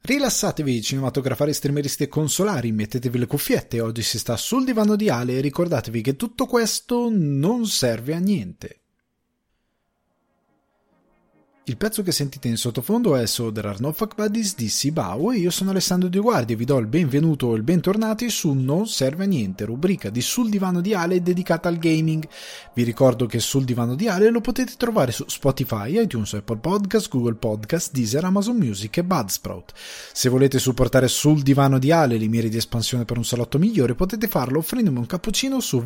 Rilassatevi cinematografari, streameristi e consolari, mettetevi le cuffiette, oggi si sta sul divano di Ale e ricordatevi che tutto questo non serve a niente. Il pezzo che sentite in sottofondo è So There Are No Fuck Buddies di Sibao e io sono Alessandro Di Guardi e vi do il benvenuto o il bentornati su Non Serve a Niente, rubrica di Sul Divano di Ale dedicata al gaming. Vi ricordo che Sul Divano di Ale lo potete trovare su Spotify, iTunes, Apple Podcast, Google Podcast, Deezer, Amazon Music e Buzzsprout. Se volete supportare Sul Divano di Ale le mire di espansione per un salotto migliore potete farlo offrendomi un cappuccino su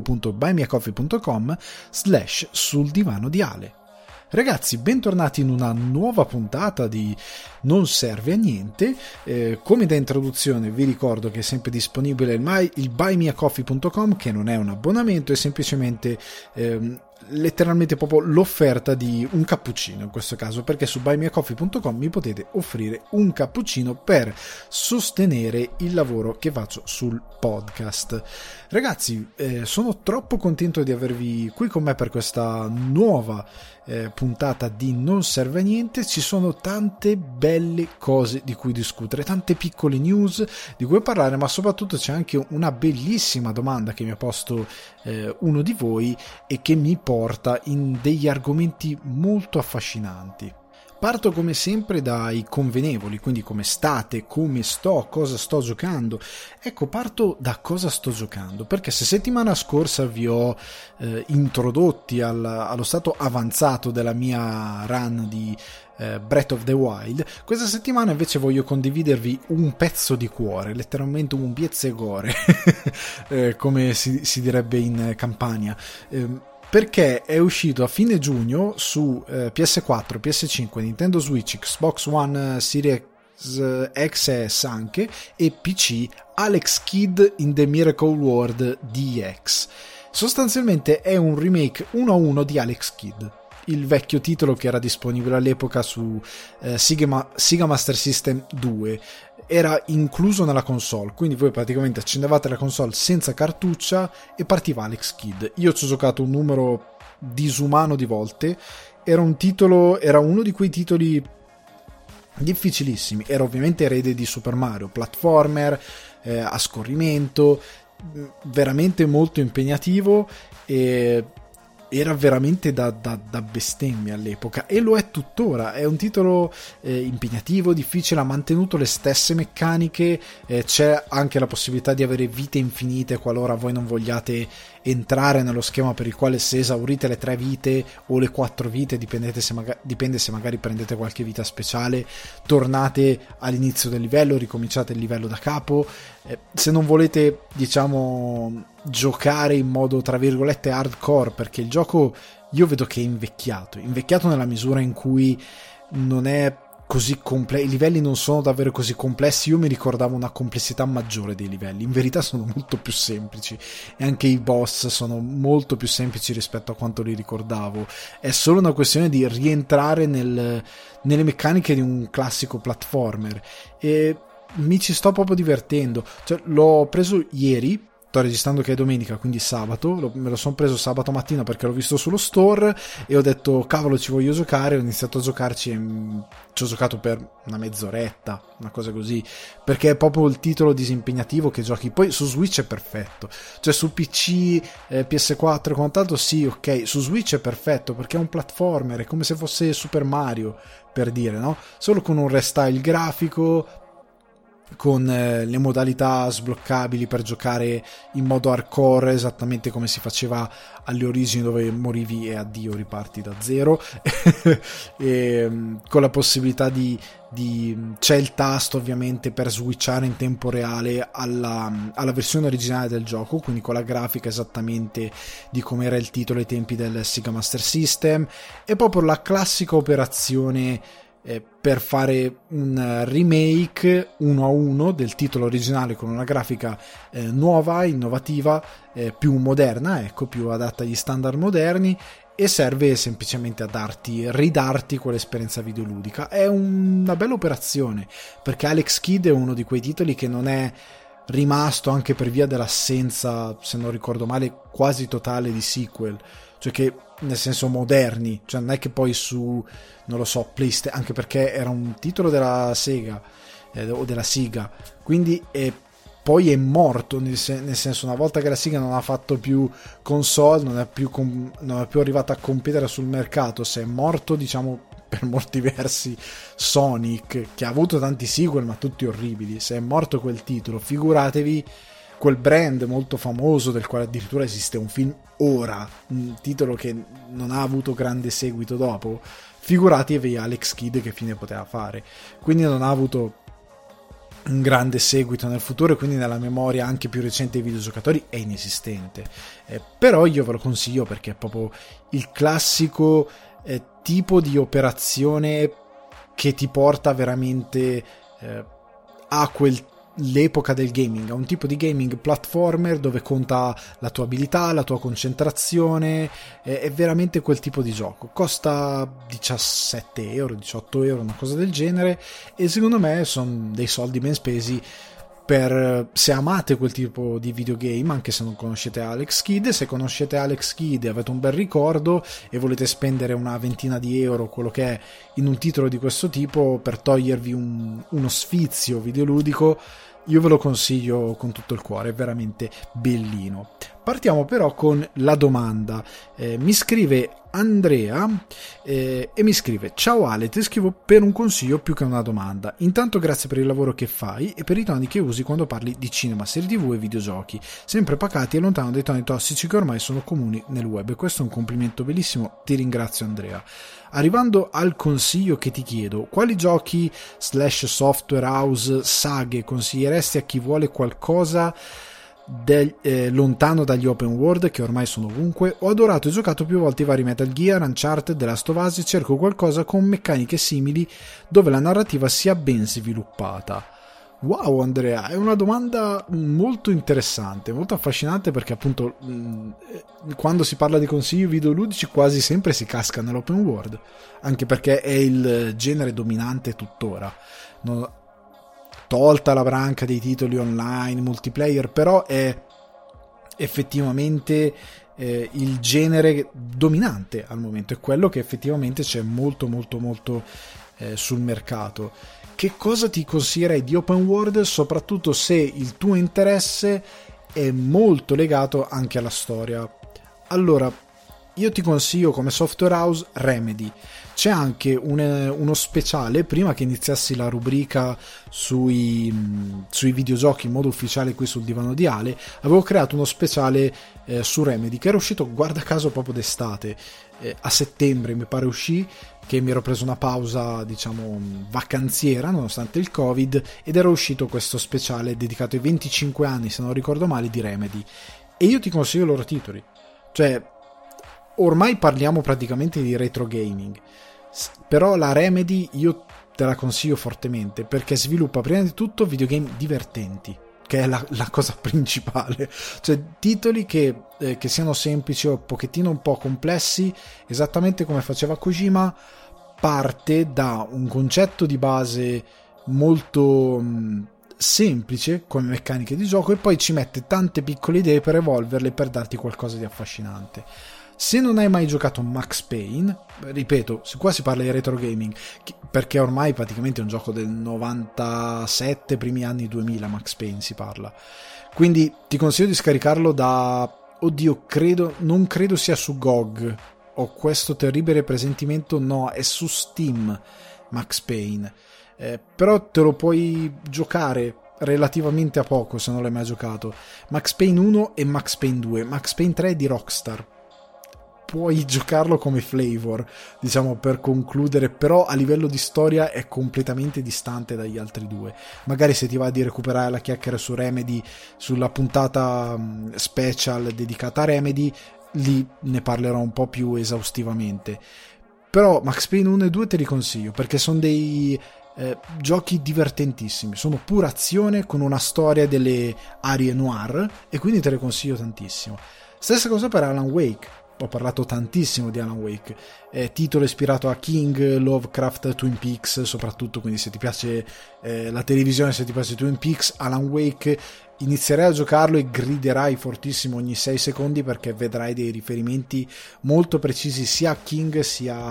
www.buymeacoffee.com/Sul Divano di Ale. Ragazzi, bentornati in una nuova puntata di Non Serve a Niente. Come da introduzione vi ricordo che è sempre disponibile il buymeacoffee.com, che non è un abbonamento, è semplicemente letteralmente proprio l'offerta di un cappuccino in questo caso, perché su buymeacoffee.com mi potete offrire un cappuccino per sostenere il lavoro che faccio sul podcast. Ragazzi, sono troppo contento di avervi qui con me per questa nuova puntata di Non Serve a Niente. Ci sono tante belle cose di cui discutere, tante piccole news di cui parlare, ma soprattutto c'è anche una bellissima domanda che mi ha posto uno di voi e che mi porta in degli argomenti molto affascinanti. Parto come sempre dai convenevoli, quindi come state, come sto, cosa sto giocando. Ecco, parto da cosa sto giocando, perché se settimana scorsa vi ho introdotti allo stato avanzato della mia run di Breath of the Wild, questa settimana invece voglio condividervi un pezzo di cuore, letteralmente un piezzecore, come si direbbe in Campania. Perché è uscito a fine giugno su PS4, PS5, Nintendo Switch, Xbox One Series XS anche e PC Alex Kidd in the Miracle World DX. Sostanzialmente è un remake 1-1 di Alex Kidd, il vecchio titolo che era disponibile all'epoca su Sega Master System 2. Era incluso nella console, quindi voi praticamente accendevate la console senza cartuccia e partiva Alex Kidd. Io ci ho giocato un numero disumano di volte. Era uno di quei titoli difficilissimi. Era ovviamente erede di Super Mario, platformer a scorrimento, veramente molto impegnativo e era veramente da bestemmia all'epoca, e lo è tuttora. È un titolo impegnativo, difficile, ha mantenuto le stesse meccaniche, c'è anche la possibilità di avere vite infinite qualora voi non vogliate entrare nello schema per il quale, se esaurite le 3 vite o le 4 vite, dipende se magari prendete qualche vita speciale, tornate all'inizio del livello, ricominciate il livello da capo. Se non volete, diciamo, giocare in modo tra virgolette hardcore, perché il gioco io vedo che è invecchiato nella misura in cui non è così complesso, i livelli non sono davvero così complessi. Io mi ricordavo una complessità maggiore dei livelli, in verità sono molto più semplici e anche i boss sono molto più semplici rispetto a quanto li ricordavo. È solo una questione di rientrare nelle meccaniche di un classico platformer e mi ci sto proprio divertendo. Cioè, l'ho preso ieri, sto registrando che è domenica, quindi sabato, me lo sono preso sabato mattina perché l'ho visto sullo store e ho detto cavolo, ci voglio giocare. Ho iniziato a giocarci e ci ho giocato per una mezz'oretta, una cosa così, perché è proprio il titolo disimpegnativo che giochi. Poi su Switch è perfetto, cioè su PC, PS4 e quant'altro sì, ok, su Switch è perfetto perché è un platformer, è come se fosse Super Mario, per dire, no? Solo con un restyle grafico, con le modalità sbloccabili per giocare in modo hardcore, esattamente come si faceva alle origini, dove morivi e addio, riparti da zero e, con la possibilità c'è il tasto ovviamente per switchare in tempo reale alla versione originale del gioco, quindi con la grafica esattamente di come era il titolo ai tempi del Sega Master System. È proprio la classica operazione per fare un remake 1-1 del titolo originale con una grafica nuova, innovativa, più moderna, ecco, più adatta agli standard moderni, e serve semplicemente a ridarti quell'esperienza videoludica. È una bella operazione, perché Alex Kidd è uno di quei titoli che non è rimasto, anche per via dell'assenza, se non ricordo male, quasi totale di sequel, cioè che nel senso moderni, cioè non è che poi su, non lo so, PlayStation, anche perché era un titolo della Sega, o della Sega, quindi poi è morto, nel senso, una volta che la Sega non ha fatto più console, non è più arrivata a competere sul mercato, se è morto, diciamo, per molti versi Sonic, che ha avuto tanti sequel ma tutti orribili, se è morto quel titolo, figuratevi quel brand molto famoso del quale addirittura esiste un film ora, un titolo che non ha avuto grande seguito dopo, figuratevi Alex Kidd che fine poteva fare. Quindi non ha avuto un grande seguito nel futuro, e quindi nella memoria anche più recente dei videogiocatori è inesistente, però io ve lo consiglio perché è proprio il classico tipo di operazione che ti porta veramente a l'epoca del gaming, a un tipo di gaming platformer dove conta la tua abilità, la tua concentrazione, è veramente quel tipo di gioco. Costa 17 euro, 18 euro, una cosa del genere, e secondo me sono dei soldi ben spesi per, se amate quel tipo di videogame, anche se non conoscete Alex Kidd. Se conoscete Alex Kidd e avete un bel ricordo e volete spendere una ventina di euro, quello che è, in un titolo di questo tipo per togliervi uno sfizio videoludico, io ve lo consiglio con tutto il cuore, è veramente bellino. Partiamo però con la domanda. Mi scrive Andrea e mi scrive: ciao Ale, ti scrivo per un consiglio più che una domanda. Intanto grazie per il lavoro che fai e per i toni che usi quando parli di cinema, serie tv e videogiochi, sempre pacati e lontano dai toni tossici che ormai sono comuni nel web, e questo è un complimento bellissimo, ti ringrazio Andrea. Arrivando al consiglio che ti chiedo, quali giochi / software house, saghe consiglieresti a chi vuole qualcosa lontano dagli open world che ormai sono ovunque? Ho adorato e giocato più volte i vari Metal Gear, Uncharted, The Last of Us, e cerco qualcosa con meccaniche simili dove la narrativa sia ben sviluppata. Wow Andrea, è una domanda molto interessante, molto affascinante, perché appunto quando si parla di consigli videoludici quasi sempre si casca nell'open world, anche perché è il genere dominante tuttora, tolta la branca dei titoli online, multiplayer, però è effettivamente il genere dominante al momento, è quello che effettivamente c'è molto sul mercato. Che cosa ti consiglierei di open world, soprattutto se il tuo interesse è molto legato anche alla storia? Allora, io ti consiglio come software house Remedy. C'è anche uno speciale, prima che iniziassi la rubrica sui videogiochi in modo ufficiale qui sul divano di Ale, avevo creato uno speciale su Remedy che era uscito, guarda caso, proprio d'estate, a settembre mi pare uscì, che mi ero preso una pausa, diciamo, vacanziera nonostante il Covid, ed era uscito questo speciale dedicato ai 25 anni, se non ricordo male, di Remedy, e io ti consiglio i loro titoli. Cioè, ormai parliamo praticamente di retro gaming, però la Remedy io te la consiglio fortemente, perché sviluppa prima di tutto videogame divertenti, che è la cosa principale, cioè titoli che siano semplici o un pochettino un po' complessi, esattamente come faceva Kojima. Parte da un concetto di base molto semplice come meccaniche di gioco, e poi ci mette tante piccole idee per evolverle, per darti qualcosa di affascinante. Se non hai mai giocato Max Payne, ripeto, qua si parla di retro gaming, perché ormai praticamente è un gioco del 97, primi anni 2000, Max Payne si parla, quindi ti consiglio di scaricarlo non credo sia su GOG, ho questo terribile presentimento, no, è su Steam Max Payne, però te lo puoi giocare relativamente a poco se non l'hai mai giocato. Max Payne 1 e Max Payne 2, Max Payne 3 è di Rockstar, puoi giocarlo come flavor, diciamo, per concludere, però a livello di storia è completamente distante dagli altri due. Magari se ti va di recuperare la chiacchiera su Remedy, sulla puntata special dedicata a Remedy, lì ne parlerò un po' più esaustivamente. Però Max Payne 1 e 2 te li consiglio, perché sono dei giochi divertentissimi, sono pura azione con una storia delle aree noir, e quindi te le consiglio tantissimo. Stessa cosa per Alan Wake. Ho parlato tantissimo di Alan Wake, titolo ispirato a King, Lovecraft, Twin Peaks soprattutto, quindi se ti piace la televisione, se ti piace Twin Peaks, Alan Wake, inizierai a giocarlo e griderai fortissimo ogni 6 secondi, perché vedrai dei riferimenti molto precisi sia a King sia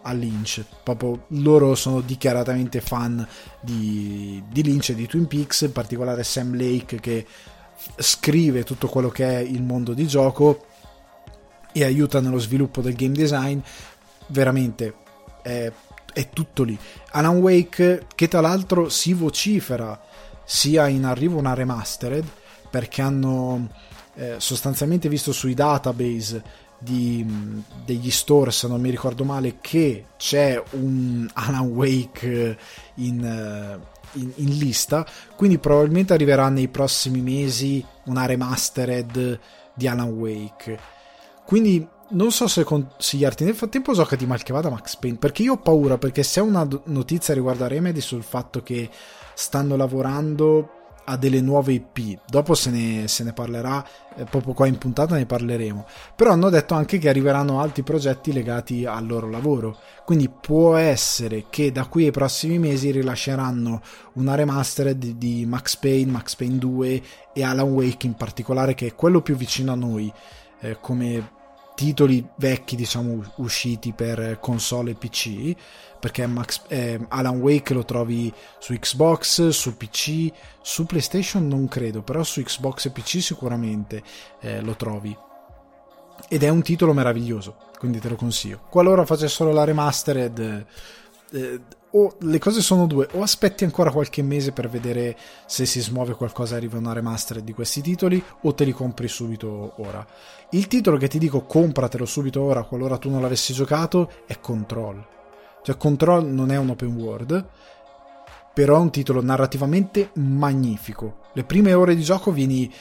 a Lynch. Proprio loro sono dichiaratamente fan di Lynch e di Twin Peaks, in particolare Sam Lake, che scrive tutto quello che è il mondo di gioco e aiuta nello sviluppo del game design. Veramente è tutto lì. Alan Wake, che tra l'altro si vocifera sia in arrivo una remastered, perché hanno sostanzialmente visto sui database degli store, se non mi ricordo male, che c'è un Alan Wake in lista, quindi probabilmente arriverà nei prossimi mesi una remastered di Alan Wake. Quindi non so se consigliarti. Nel frattempo giocati mal che vada Max Payne, perché io ho paura, perché se è una notizia riguardo Remedy sul fatto che stanno lavorando a delle nuove IP, dopo se ne parlerà, proprio qua in puntata ne parleremo, però hanno detto anche che arriveranno altri progetti legati al loro lavoro, quindi può essere che da qui ai prossimi mesi rilasceranno una remastered di Max Payne 2 e Alan Wake in particolare, che è quello più vicino a noi come titoli vecchi, diciamo, usciti per console e PC, perché Alan Wake lo trovi su Xbox, su PC, su PlayStation non credo, però su Xbox e PC sicuramente lo trovi, ed è un titolo meraviglioso, quindi te lo consiglio. Qualora facessero la remastered, o le cose sono due: o aspetti ancora qualche mese per vedere se si smuove qualcosa e arriva una remastered di questi titoli, o te li compri subito ora. Il titolo che ti dico compratelo subito ora qualora tu non l'avessi giocato è Control. Cioè Control non è un open world, però è un titolo narrativamente magnifico. Le prime ore di gioco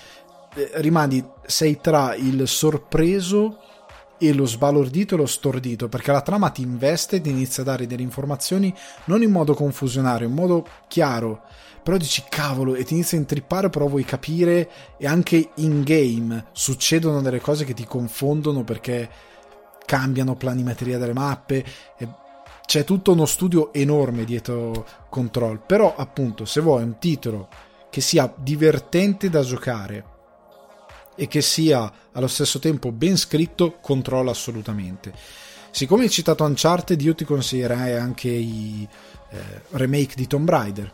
sei tra il sorpreso e lo sbalordito e lo stordito, perché la trama ti investe e ti inizia a dare delle informazioni non in modo confusionario, in modo chiaro, però dici cavolo, e ti inizia a intrippare, però vuoi capire, e anche in game succedono delle cose che ti confondono perché cambiano planimetria delle mappe, c'è tutto uno studio enorme dietro Control. Però appunto, se vuoi un titolo che sia divertente da giocare e che sia allo stesso tempo ben scritto, Control assolutamente. Siccome hai citato Uncharted, io ti consiglierei anche i remake di Tomb Raider.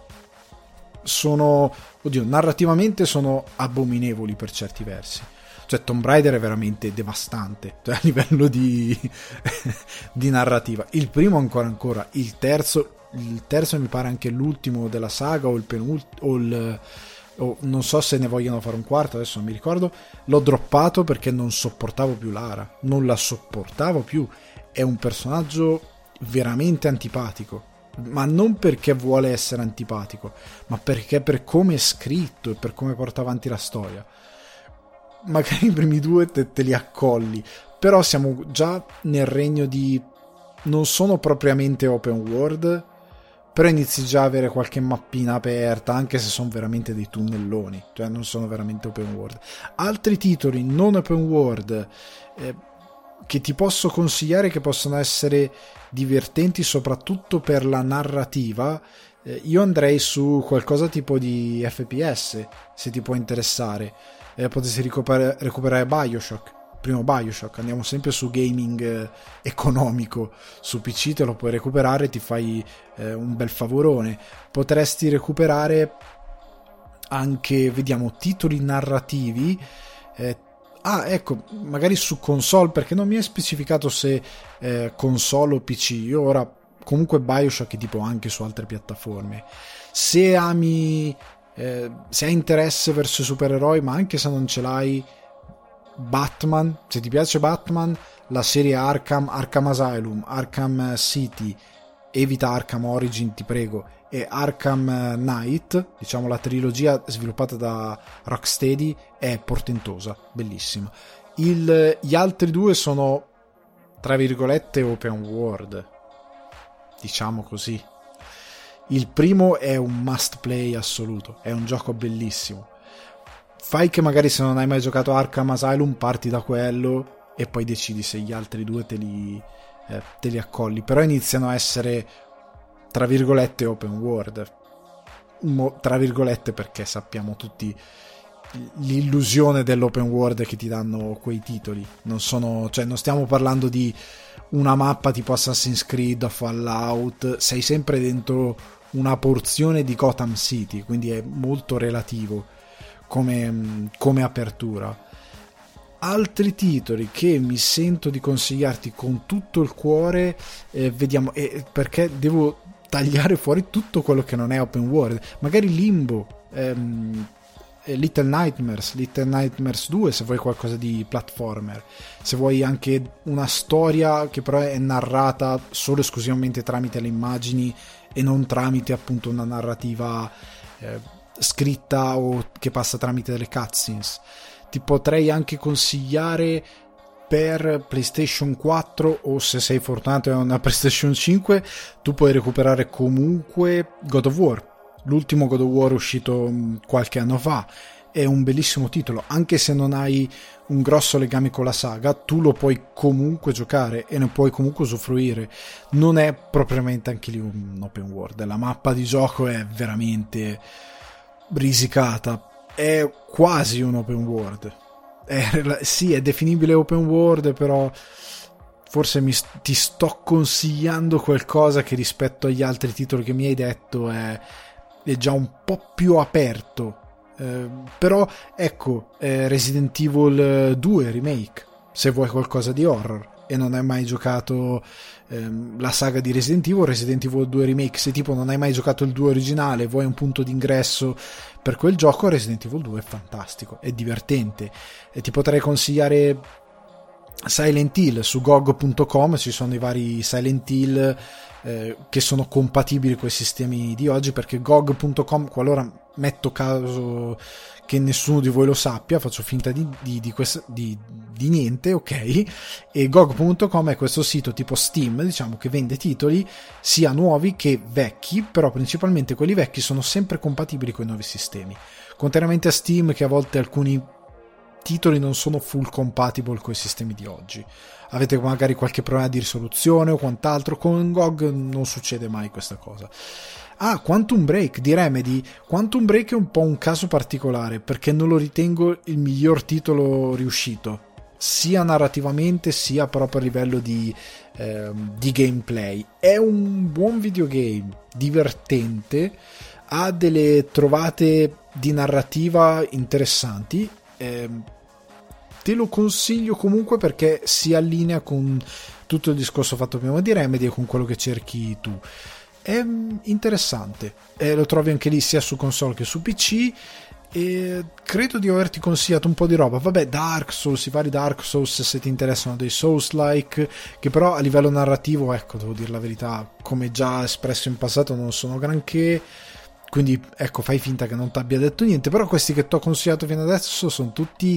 Narrativamente sono abominevoli per certi versi. Cioè Tomb Raider è veramente devastante, cioè, a livello di narrativa. Il primo ancora, il terzo mi pare anche l'ultimo della saga, o il penultimo, non so se ne vogliono fare un quarto, adesso non mi ricordo. L'ho droppato perché non sopportavo più Lara, non la sopportavo più. È un personaggio veramente antipatico, ma non perché vuole essere antipatico, ma perché per come è scritto e per come porta avanti la storia. Magari i primi due te li accolli, però siamo già nel regno di... non sono propriamente open world, però inizi già a avere qualche mappina aperta, anche se sono veramente dei tunnelloni, cioè non sono veramente open world. Altri titoli non open world che ti posso consigliare, che possono essere divertenti soprattutto per la narrativa, io andrei su qualcosa tipo di FPS, se ti può interessare. Potessi recuperare BioShock, primo BioShock, andiamo sempre su gaming economico. Su PC te lo puoi recuperare, ti fai un bel favorone. Potresti recuperare anche, vediamo, titoli narrativi, ecco, magari su console, perché non mi è specificato se console o PC. Io ora comunque BioShock è tipo anche su altre piattaforme. Se hai interesse verso i supereroi, ma anche se non ce l'hai, Batman, se ti piace Batman, la serie Arkham Asylum, Arkham City, evita Arkham Origin ti prego, e Arkham Knight, diciamo la trilogia sviluppata da Rocksteady, è portentosa, bellissima. Gli altri due sono tra virgolette open world, diciamo così. Il primo è un must play assoluto, è un gioco bellissimo. Fai che magari se non hai mai giocato Arkham Asylum parti da quello e poi decidi se gli altri due te li accolli, però iniziano a essere tra virgolette open world, tra virgolette, perché sappiamo tutti l'illusione dell'open world che ti danno quei titoli. Non stiamo parlando di una mappa tipo Assassin's Creed o Fallout, sei sempre dentro una porzione di Gotham City, quindi è molto relativo come apertura. Altri titoli che mi sento di consigliarti con tutto il cuore, vediamo, perché devo tagliare fuori tutto quello che non è open world, magari Limbo, Little Nightmares 2, se vuoi qualcosa di platformer, se vuoi anche una storia che però è narrata solo e esclusivamente tramite le immagini e non tramite appunto una narrativa scritta o che passa tramite delle cutscenes. Ti potrei anche consigliare per PlayStation 4, o se sei fortunato e hai una PlayStation 5 tu puoi recuperare comunque God of War. L'ultimo God of War uscito qualche anno fa è un bellissimo titolo, anche se non hai un grosso legame con la saga, tu lo puoi comunque giocare e ne puoi comunque usufruire. Non è propriamente anche lì un open world, la mappa di gioco è veramente risicata, è quasi un open world, sì, è definibile open world, però forse ti sto consigliando qualcosa che rispetto agli altri titoli che mi hai detto è già un po' più aperto. Però ecco, Resident Evil 2 Remake, se vuoi qualcosa di horror e non hai mai giocato la saga di Resident Evil 2 Remake, se tipo non hai mai giocato il 2 originale, vuoi un punto d'ingresso per quel gioco, Resident Evil 2 è fantastico, è divertente. E ti potrei consigliare Silent Hill. Su GOG.com ci sono i vari Silent Hill che sono compatibili con i sistemi di oggi, perché GOG.com, qualora metto caso che nessuno di voi lo sappia, faccio finta di niente, ok? E GOG.com è questo sito tipo Steam, diciamo, che vende titoli sia nuovi che vecchi, però principalmente quelli vecchi sono sempre compatibili con i nuovi sistemi, contrariamente a Steam, che a volte alcuni titoli non sono full compatible con i sistemi di oggi. Avete magari qualche problema di risoluzione o quant'altro, con GOG non succede mai questa cosa. Quantum Break di Remedy. Quantum Break è un po' un caso particolare, perché non lo ritengo il miglior titolo riuscito, sia narrativamente sia proprio a livello di gameplay. È un buon videogame, divertente, ha delle trovate di narrativa interessanti. Te lo consiglio comunque perché si allinea con tutto il discorso fatto prima di Remedy e con quello che cerchi tu. È interessante, lo trovi anche lì sia su console che su PC, e credo di averti consigliato un po' di roba. Vabbè, Dark Souls, i vari Dark Souls, se ti interessano dei Souls-like, che però a livello narrativo, ecco, devo dire la verità, come già espresso in passato, non sono granché, quindi ecco, fai finta che non ti abbia detto niente. Però questi che ti ho consigliato fino adesso sono tutti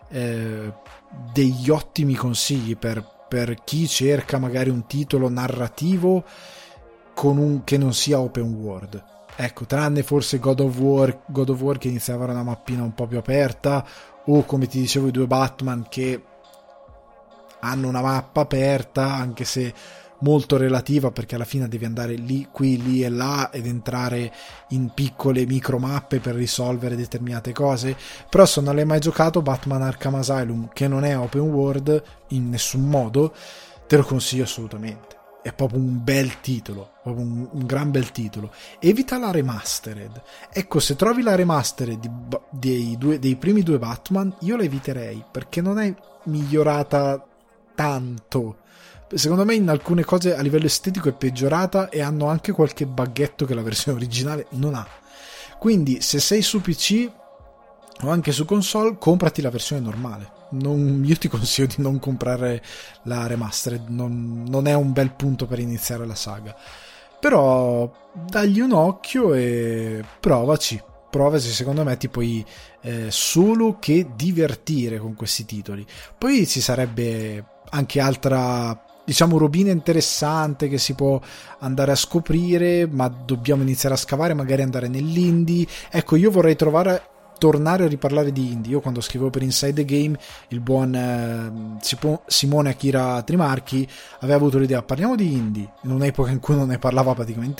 degli ottimi consigli per chi cerca magari un titolo narrativo che non sia open world. Ecco, tranne forse God of War che inizia ad avere una mappina un po' più aperta, o come ti dicevo i due Batman che hanno una mappa aperta, anche se molto relativa, perché alla fine devi andare lì, qui, lì e là ed entrare in piccole micro mappe per risolvere determinate cose. Però se non l'hai mai giocato, Batman Arkham Asylum, che non è open world in nessun modo, te lo consiglio assolutamente. È proprio un bel titolo, proprio un gran bel titolo. Evita la remastered. Ecco, se trovi la remastered dei primi due Batman, io la eviterei, perché non è migliorata tanto. Secondo me in alcune cose a livello estetico è peggiorata, e hanno anche qualche bughetto che la versione originale non ha. Quindi se sei su PC o anche su console, comprati la versione normale. Io ti consiglio di non comprare la remastered, non è un bel punto per iniziare la saga. Però dagli un occhio e provaci, secondo me ti puoi solo che divertire con questi titoli. Poi ci sarebbe anche altra, diciamo, robina interessante che si può andare a scoprire, ma dobbiamo iniziare a scavare, magari andare nell'indie. Ecco, io vorrei tornare a riparlare di indie. Io quando scrivevo per Inside the Game, il buon Simone Akira Trimarchi aveva avuto l'idea: parliamo di indie, in un'epoca in cui non ne parlava praticamente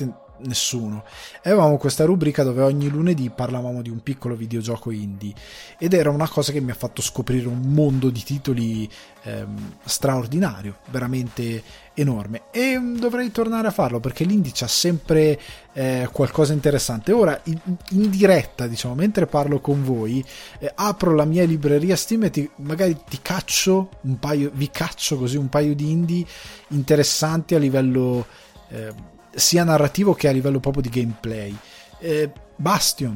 nessuno. E avevamo questa rubrica dove ogni lunedì parlavamo di un piccolo videogioco indie, ed era una cosa che mi ha fatto scoprire un mondo di titoli straordinario, veramente enorme, e dovrei tornare a farlo perché l'indie c'ha sempre qualcosa interessante. Ora in diretta, diciamo, mentre parlo con voi, apro la mia libreria Steam e magari vi caccio così un paio di indie interessanti a livello sia narrativo che a livello proprio di gameplay. Bastion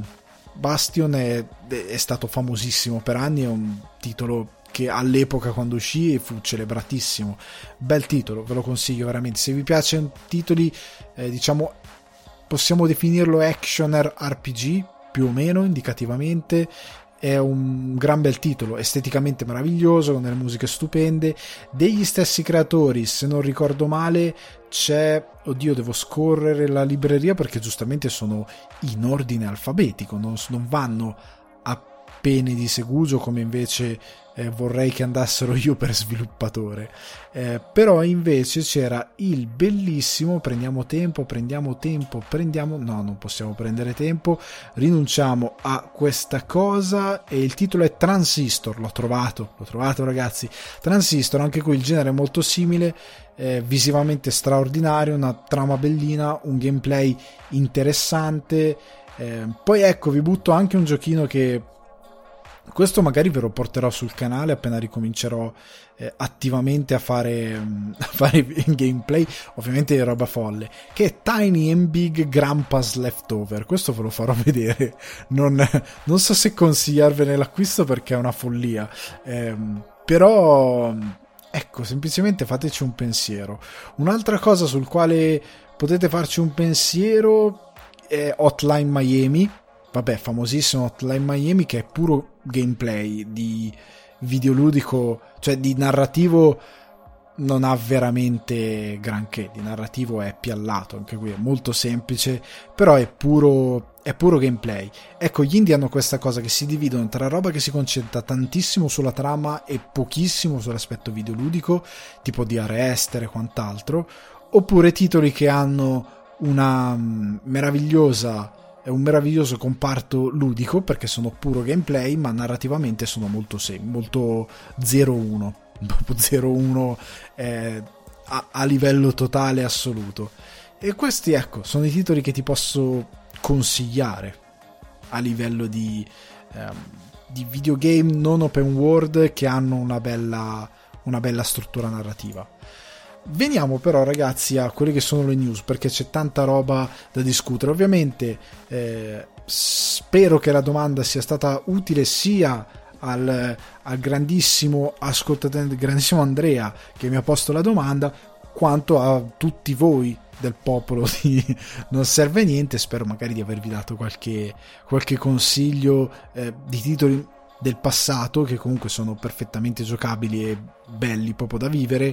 è stato famosissimo per anni, è un titolo che all'epoca quando uscì fu celebratissimo. Bel titolo, ve lo consiglio veramente. Se vi piacciono titoli diciamo, possiamo definirlo actioner RPG più o meno indicativamente, è un gran bel titolo, esteticamente meraviglioso, con delle musiche stupende, degli stessi creatori, se non ricordo male c'è, oddio devo scorrere la libreria perché giustamente sono in ordine alfabetico, non vanno a pene di segugio come invece vorrei che andassero io per sviluppatore, però invece c'era il bellissimo prendiamo tempo, no, non possiamo prendere tempo, rinunciamo a questa cosa, e il titolo è Transistor. L'ho trovato ragazzi, Transistor, anche qui il genere è molto simile, visivamente straordinario, una trama bellina, un gameplay interessante, poi ecco vi butto anche un giochino che questo magari ve lo porterò sul canale appena ricomincerò attivamente a fare gameplay, ovviamente roba folle, che è Tiny and Big Grandpa's Leftover. Questo ve lo farò vedere, non so se consigliarvene l'acquisto perché è una follia, però ecco, semplicemente fateci un pensiero. Un'altra cosa sul quale potete farci un pensiero è Hotline Miami. Vabbè, famosissimo Hotline Miami, che è puro gameplay, di videoludico, cioè di narrativo non ha veramente granché, di narrativo è piallato, anche qui è molto semplice, però è puro gameplay. Ecco, gli indie hanno questa cosa che si dividono tra roba che si concentra tantissimo sulla trama e pochissimo sull'aspetto videoludico, tipo DRS e quant'altro, oppure titoli che hanno un meraviglioso comparto ludico perché sono puro gameplay, ma narrativamente sono molto 0-1, proprio 0-1 a livello totale assoluto. E questi, ecco, sono i titoli che ti posso consigliare a livello di videogame non open world che hanno una bella struttura narrativa. Veniamo però ragazzi a quelle che sono le news, perché c'è tanta roba da discutere. Ovviamente spero che la domanda sia stata utile sia al grandissimo ascoltatore, grandissimo Andrea che mi ha posto la domanda, quanto a tutti voi del popolo di Non Serve Niente. Spero magari di avervi dato qualche consiglio di titoli del passato che comunque sono perfettamente giocabili e belli proprio da vivere,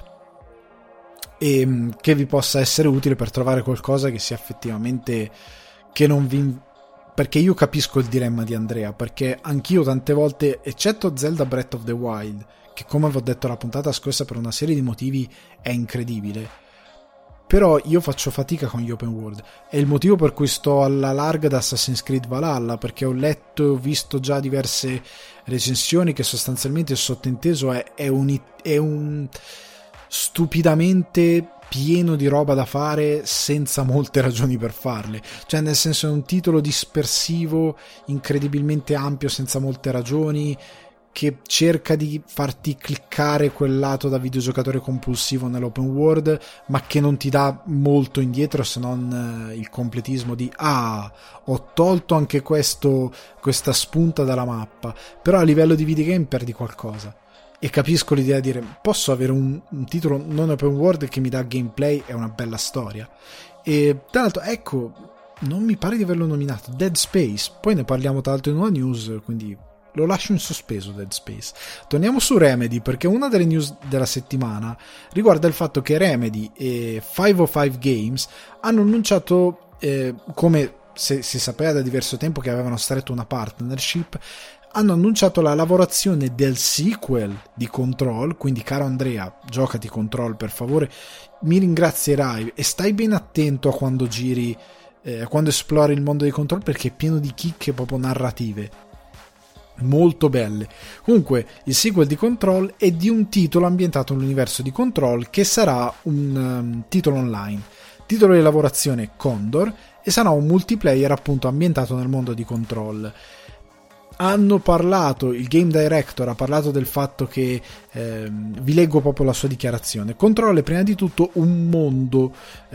e che vi possa essere utile per trovare qualcosa che sia effettivamente, che non vi, perché io capisco il dilemma di Andrea, perché anch'io tante volte, eccetto Zelda Breath of the Wild, che come vi ho detto la puntata scorsa per una serie di motivi è incredibile, però io faccio fatica con gli open world, è il motivo per cui sto alla larga da Assassin's Creed Valhalla, perché ho letto e ho visto già diverse recensioni che sostanzialmente il sottinteso è un stupidamente pieno di roba da fare senza molte ragioni per farle, cioè nel senso è un titolo dispersivo incredibilmente ampio senza molte ragioni, che cerca di farti cliccare quel lato da videogiocatore compulsivo nell'open world, ma che non ti dà molto indietro se non il completismo di ho tolto anche questa spunta dalla mappa, però a livello di videogame perdi qualcosa. E capisco l'idea di dire posso avere un titolo non open world che mi dà gameplay e una bella storia. E tra l'altro ecco, non mi pare di averlo nominato, Dead Space, poi ne parliamo tra l'altro in una news, quindi lo lascio in sospeso Dead Space. Torniamo su Remedy, perché una delle news della settimana riguarda il fatto che Remedy e 505 Games hanno annunciato, come si sapeva da diverso tempo che avevano stretto una partnership, hanno annunciato la lavorazione del sequel di Control, quindi caro Andrea, giocati Control per favore, mi ringrazierai e stai ben attento a quando giri, quando esplori il mondo di Control, perché è pieno di chicche proprio narrative molto belle. Comunque il sequel di Control è di un titolo ambientato nell'universo di Control, che sarà un titolo online, titolo di lavorazione Condor, e sarà un multiplayer appunto ambientato nel mondo di Control. Hanno parlato, il game director ha parlato del fatto che vi leggo proprio la sua dichiarazione: Control è prima di tutto un mondo,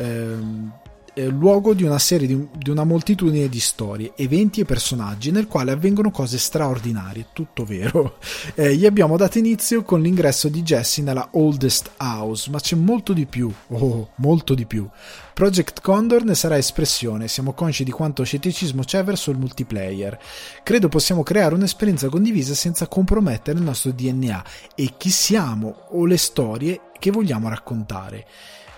luogo di una serie di una moltitudine di storie, eventi e personaggi nel quale avvengono cose straordinarie. Tutto vero. Gli abbiamo dato inizio con l'ingresso di Jesse nella Oldest House, ma c'è molto di più. Molto di più. Project Condor ne sarà espressione. Siamo consci di quanto scetticismo c'è verso il multiplayer. Credo possiamo creare un'esperienza condivisa senza compromettere il nostro DNA e chi siamo o le storie che vogliamo raccontare.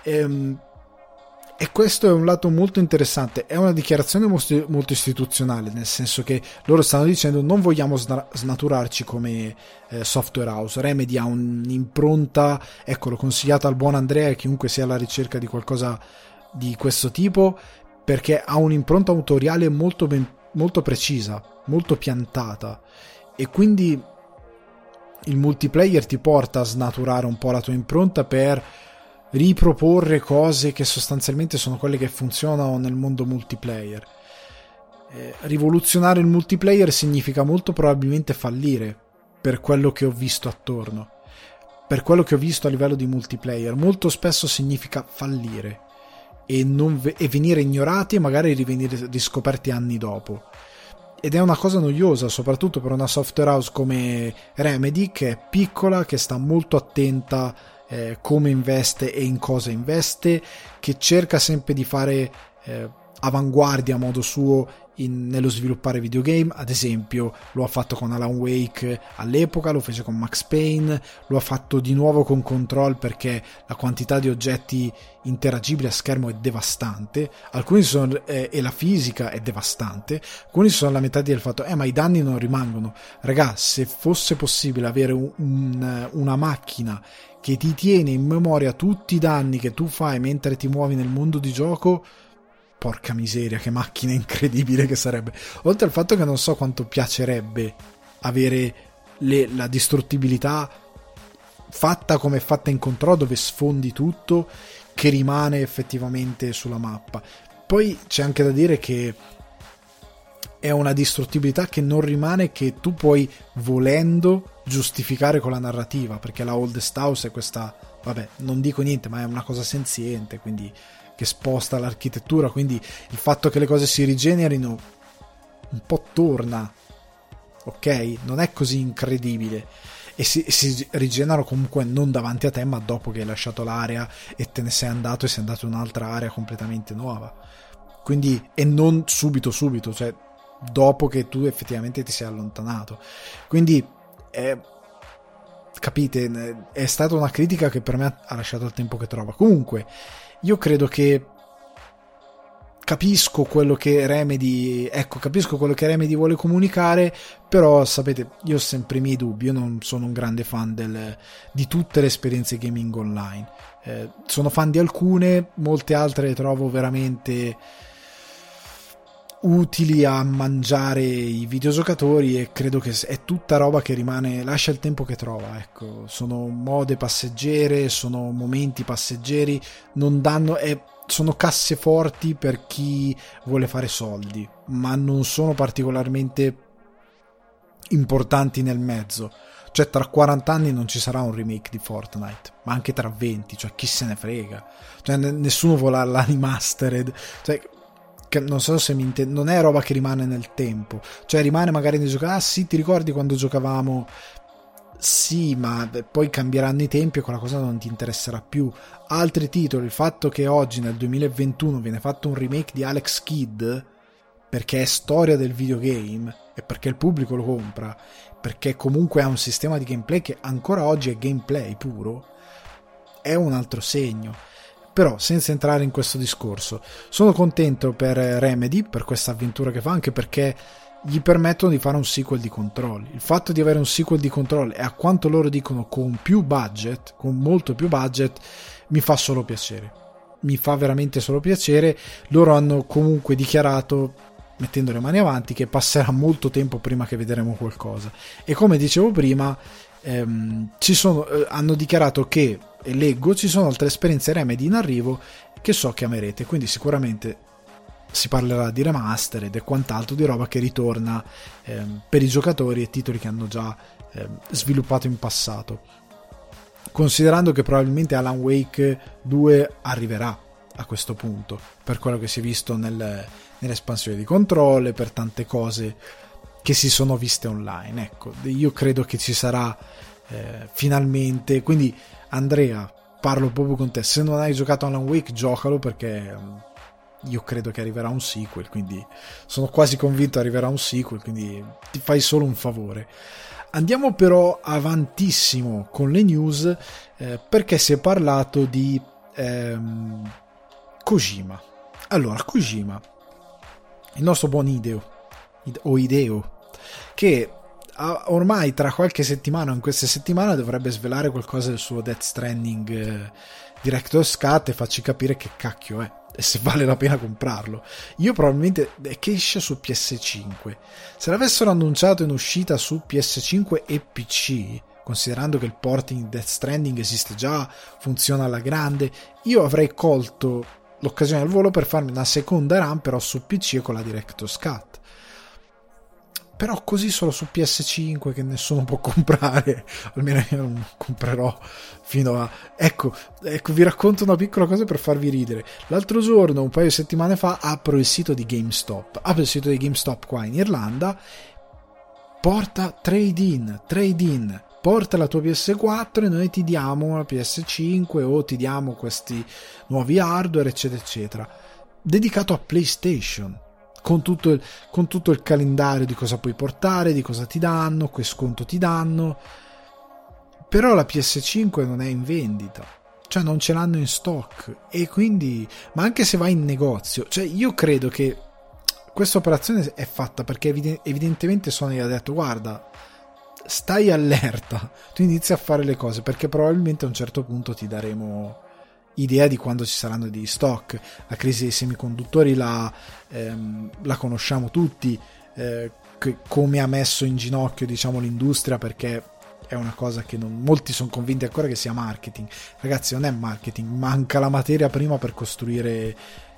E questo è un lato molto interessante. È una dichiarazione molto istituzionale, nel senso che loro stanno dicendo: non vogliamo snaturarci come software house. Remedy ha un'impronta, ecco, l'ho consigliata al buon Andrea e chiunque sia alla ricerca di qualcosa di questo tipo, perché ha un'impronta autoriale molto precisa, molto piantata, e quindi il multiplayer ti porta a snaturare un po' la tua impronta per riproporre cose che sostanzialmente sono quelle che funzionano nel mondo multiplayer. Rivoluzionare il multiplayer significa molto probabilmente fallire, per quello che ho visto attorno, per quello che ho visto a livello di multiplayer. Molto spesso significa fallire e venire ignorati e magari rivenire riscoperti anni dopo, ed è una cosa noiosa, soprattutto per una software house come Remedy, che è piccola, che sta molto attenta come investe e in cosa investe, che cerca sempre di fare avanguardia a modo suo nello sviluppare videogame. Ad esempio lo ha fatto con Alan Wake all'epoca, lo fece con Max Payne, lo ha fatto di nuovo con Control, perché la quantità di oggetti interagibili a schermo è devastante, alcuni sono, e la fisica è devastante, alcuni sono lamentati del fatto ma i danni non rimangono. Ragà, se fosse possibile avere una macchina che ti tiene in memoria tutti i danni che tu fai mentre ti muovi nel mondo di gioco, porca miseria, che macchina incredibile che sarebbe. Oltre al fatto che non so quanto piacerebbe avere la distruttibilità fatta come è fatta in Control, dove sfondi tutto, che rimane effettivamente sulla mappa. Poi c'è anche da dire che è una distruttibilità che non rimane, che tu puoi, volendo, giustificare con la narrativa, perché la Oldest House è questa, vabbè, non dico niente, ma è una cosa senziente, quindi che sposta l'architettura, quindi il fatto che le cose si rigenerino un po' torna, ok? Non è così incredibile, e si rigenerano comunque non davanti a te, ma dopo che hai lasciato l'area e te ne sei andato e sei andato in un'altra area completamente nuova, quindi, e non subito, cioè dopo che tu effettivamente ti sei allontanato. Quindi capite, è stata una critica che per me ha lasciato il tempo che trova. Comunque io credo che capisco quello che Remedy vuole comunicare, però sapete, io ho sempre i miei dubbi. Io non sono un grande fan di tutte le esperienze gaming online, sono fan di alcune, molte altre le trovo veramente utili a mangiare i videogiocatori, e credo che è tutta roba che rimane, lascia il tempo che trova, ecco. Sono mode passeggere, sono momenti passeggeri, non danno, sono casseforti per chi vuole fare soldi, ma non sono particolarmente importanti nel mezzo. Cioè, tra 40 anni non ci sarà un remake di Fortnite, ma anche tra 20, cioè chi se ne frega, cioè nessuno vuole la remastered, cioè che non so se non è roba che rimane nel tempo, cioè rimane magari nei giochi. Sì, ti ricordi quando giocavamo? Sì, ma poi cambieranno i tempi e quella cosa non ti interesserà più. Altri titoli, il fatto che oggi nel 2021 viene fatto un remake di Alex Kidd perché è storia del videogame e perché il pubblico lo compra, perché comunque ha un sistema di gameplay che ancora oggi è gameplay puro, è un altro segno. Però, senza entrare in questo discorso, sono contento per Remedy, per questa avventura che fa, anche perché gli permettono di fare un sequel di Control. Il fatto di avere un sequel di Control, e a quanto loro dicono con più budget, con molto più budget, mi fa solo piacere. Mi fa veramente solo piacere. Loro hanno comunque dichiarato, mettendo le mani avanti, che passerà molto tempo prima che vedremo qualcosa. E come dicevo prima, hanno dichiarato che, e leggo, ci sono altre esperienze Remedy in arrivo che so che amerete, quindi sicuramente si parlerà di remastered e quant'altro, di roba che ritorna per i giocatori e titoli che hanno già sviluppato in passato, considerando che probabilmente Alan Wake 2 arriverà a questo punto, per quello che si è visto nell'espansione di Control e per tante cose che si sono viste online. Ecco, io credo che ci sarà finalmente. Quindi Andrea, parlo proprio con te, se non hai giocato Alan Wake, giocalo, perché io credo che arriverà un sequel, quindi sono quasi convinto arriverà un sequel, quindi ti fai solo un favore. Andiamo però avantissimo con le news, perché si è parlato di Kojima. Allora, Kojima, il nostro buon Hideo, che ormai tra qualche settimana, in queste settimane, dovrebbe svelare qualcosa del suo Death Stranding Director's Cut e farci capire che cacchio è e se vale la pena comprarlo. Io probabilmente, che esce su PS5, se l'avessero annunciato in uscita su PS5 e PC, considerando che il porting di Death Stranding esiste già, funziona alla grande, io avrei colto l'occasione al volo per farmi una seconda run però su PC e con la Director's Cut. Però così solo su PS5, che nessuno può comprare, almeno io non comprerò fino a... Ecco, vi racconto una piccola cosa per farvi ridere. L'altro giorno, un paio di settimane fa, apro il sito di GameStop qua in Irlanda, porta trade-in, porta la tua PS4 e noi ti diamo una PS5 o ti diamo questi nuovi hardware, eccetera, eccetera, dedicato a PlayStation. Con tutto il calendario di cosa puoi portare, di cosa ti danno, che sconto ti danno. Però la PS5 non è in vendita, cioè non ce l'hanno in stock, e quindi, ma anche se vai in negozio, cioè io credo che questa operazione è fatta perché evidentemente Sony ha detto: guarda, stai allerta, tu inizi a fare le cose, perché probabilmente a un certo punto ti daremo idea di quando ci saranno degli stock. La crisi dei semiconduttori la conosciamo tutti, come ha messo in ginocchio, diciamo, l'industria, perché è una cosa che molti sono convinti ancora che sia marketing. Ragazzi, non è marketing, manca la materia prima per costruire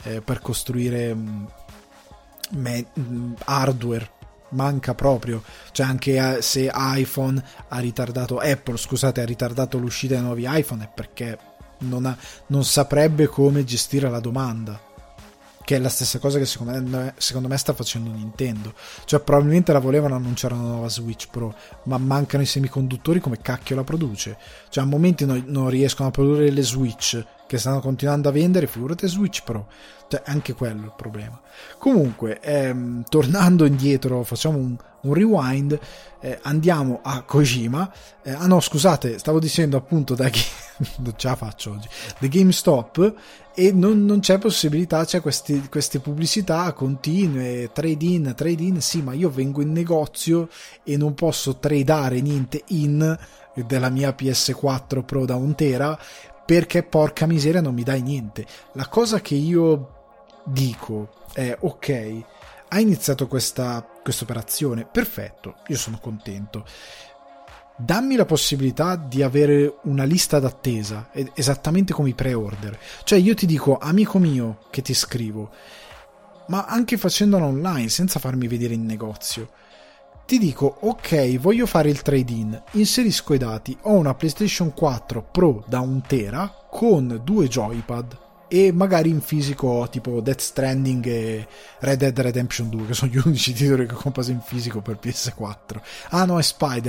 hardware, manca proprio. Cioè, anche se Apple ha ritardato l'uscita dei nuovi iPhone, è perché non saprebbe come gestire la domanda, che è la stessa cosa che secondo me sta facendo Nintendo. Cioè, probabilmente la volevano annunciare una nuova Switch Pro, ma mancano i semiconduttori, come cacchio la produce? Cioè, a momenti non riescono a produrre le Switch, che stanno continuando a vendere, figurate Switch Pro. Cioè, anche quello è il problema. Comunque, tornando indietro, facciamo un rewind, andiamo a Kojima. No, scusate, stavo dicendo appunto non ce la faccio oggi, The GameStop, e non c'è possibilità, c'è queste pubblicità continue, trade in, sì, ma io vengo in negozio e non posso tradare niente della mia PS4 Pro da 1 tera, perché porca miseria non mi dai niente. La cosa che io dico è: ok, hai iniziato questa operazione, perfetto, io sono contento, dammi la possibilità di avere una lista d'attesa, esattamente come i pre-order. Cioè, io ti dico, amico mio, che ti scrivo, ma anche facendola online, senza farmi vedere in negozio, ti dico: ok, voglio fare il trade-in, inserisco i dati, ho una PlayStation 4 Pro da 1 tera con 2 joypad, e magari in fisico tipo Death Stranding e Red Dead Redemption 2, che sono gli unici titoli che ho comprato in fisico per PS4. Ah no, è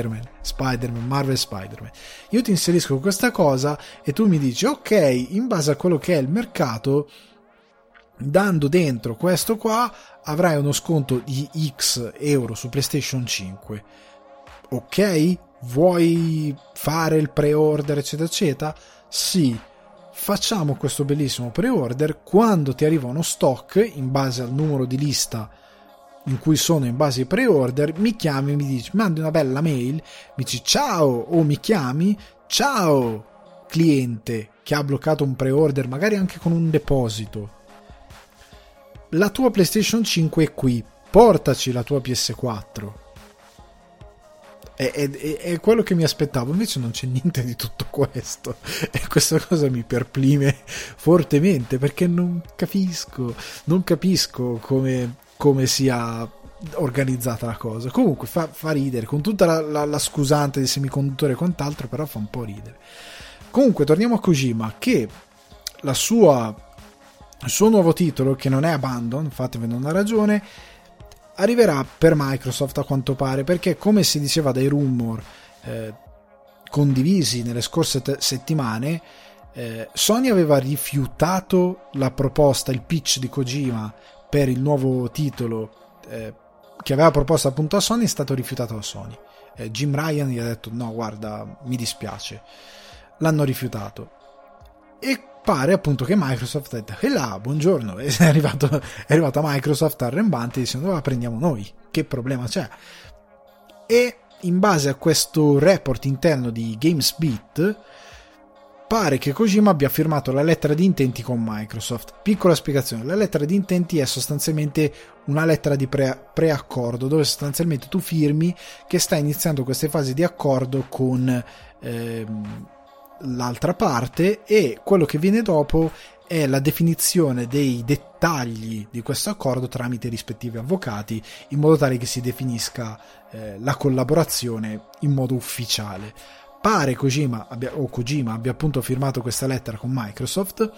Marvel Spider-Man. Io ti inserisco questa cosa e tu mi dici: ok, in base a quello che è il mercato, dando dentro questo qua avrai uno sconto di X euro su PlayStation 5. Ok, vuoi fare il pre-order, eccetera eccetera? Sì, facciamo questo bellissimo pre-order. Quando ti arriva uno stock, in base al numero di lista in cui sono in base ai pre-order, mi chiami e mi dici, mandi una bella mail, mi dici ciao, o mi chiami, ciao cliente che ha bloccato un pre-order, magari anche con un deposito, la tua PlayStation 5 è qui, portaci la tua PS4. È quello che mi aspettavo, invece non c'è niente di tutto questo, e questa cosa mi perplime fortemente, perché non capisco come sia organizzata la cosa. Comunque fa ridere, con tutta la scusante del semiconduttore e quant'altro, però fa un po' ridere. Comunque torniamo a Kojima, che il suo nuovo titolo, che non è Abandon, fatevene una ragione, arriverà per Microsoft a quanto pare, perché come si diceva dai rumor condivisi nelle scorse settimane, Sony aveva rifiutato la proposta, il pitch di Kojima per il nuovo titolo che aveva proposto appunto a Sony, è stato rifiutato da Sony. Jim Ryan gli ha detto no, guarda, mi dispiace, l'hanno rifiutato, e pare appunto che Microsoft ha detto e là, buongiorno, è arrivata Microsoft arrembante dicendo la prendiamo noi, che problema c'è? E in base a questo report interno di GamesBeat pare che Kojima abbia firmato la lettera di intenti con Microsoft. Piccola spiegazione, la lettera di intenti è sostanzialmente una lettera di preaccordo, dove sostanzialmente tu firmi che stai iniziando queste fasi di accordo con l'altra parte, e quello che viene dopo è la definizione dei dettagli di questo accordo tramite i rispettivi avvocati, in modo tale che si definisca la collaborazione in modo ufficiale. Pare Kojima abbia appunto firmato questa lettera con Microsoft,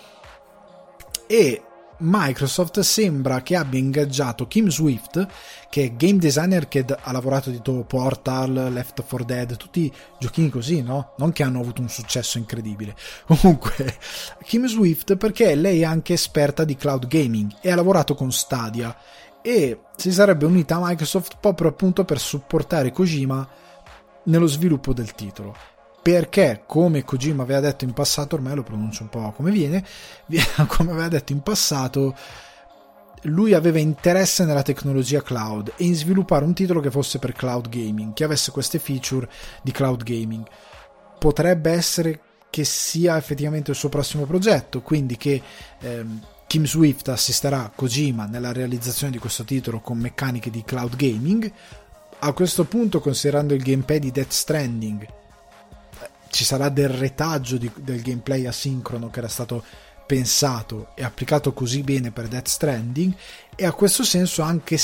e Microsoft sembra che abbia ingaggiato Kim Swift, che è game designer che ha lavorato di Portal, Left 4 Dead, tutti giochini così, no? Non che hanno avuto un successo incredibile. Comunque, Kim Swift, perché lei è anche esperta di cloud gaming e ha lavorato con Stadia, e si sarebbe unita a Microsoft proprio appunto per supportare Kojima nello sviluppo del titolo. Perché, come Kojima aveva detto in passato, ormai lo pronuncio un po' come viene, come aveva detto in passato, lui aveva interesse nella tecnologia cloud e in sviluppare un titolo che fosse per cloud gaming, che avesse queste feature di cloud gaming. Potrebbe essere che sia effettivamente il suo prossimo progetto, quindi che Kim Swift assisterà Kojima nella realizzazione di questo titolo con meccaniche di cloud gaming. A questo punto, considerando il gameplay di Death Stranding, ci sarà del retaggio del gameplay asincrono che era stato pensato e applicato così bene per Death Stranding, e a questo senso